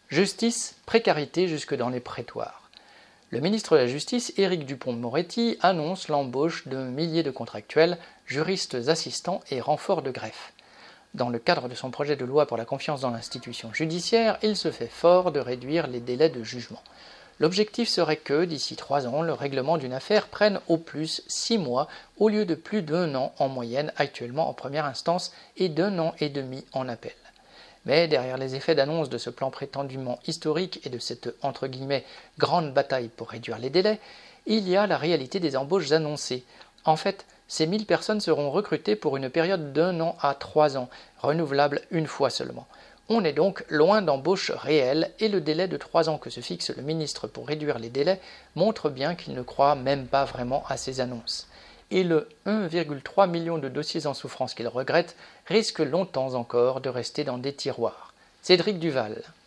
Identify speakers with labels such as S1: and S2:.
S1: Justice, précarité jusque dans les prétoires. Le ministre de la Justice, Éric Dupond-Moretti, annonce l'embauche de milliers de contractuels, juristes assistants et renforts de greffe. Dans le cadre de son projet de loi pour la confiance dans l'institution judiciaire, il se fait fort de réduire les délais de jugement. L'objectif serait que, d'ici 3 ans, le règlement d'une affaire prenne au plus 6 mois au lieu de plus d'1 an en moyenne actuellement en première instance et d'1 an et demi en appel. Mais derrière les effets d'annonce de ce plan prétendument historique et de cette entre guillemets « grande bataille pour réduire les délais », il y a la réalité des embauches annoncées. En fait, ces 1000 personnes seront recrutées pour une période d'1 an à 3 ans, renouvelable une fois seulement. On est donc loin d'embauches réelles et le délai de 3 ans que se fixe le ministre pour réduire les délais montre bien qu'il ne croit même pas vraiment à ces annonces. Et le 1,3 million de dossiers en souffrance qu'il regrette risque longtemps encore de rester dans des tiroirs. Cédric Duval.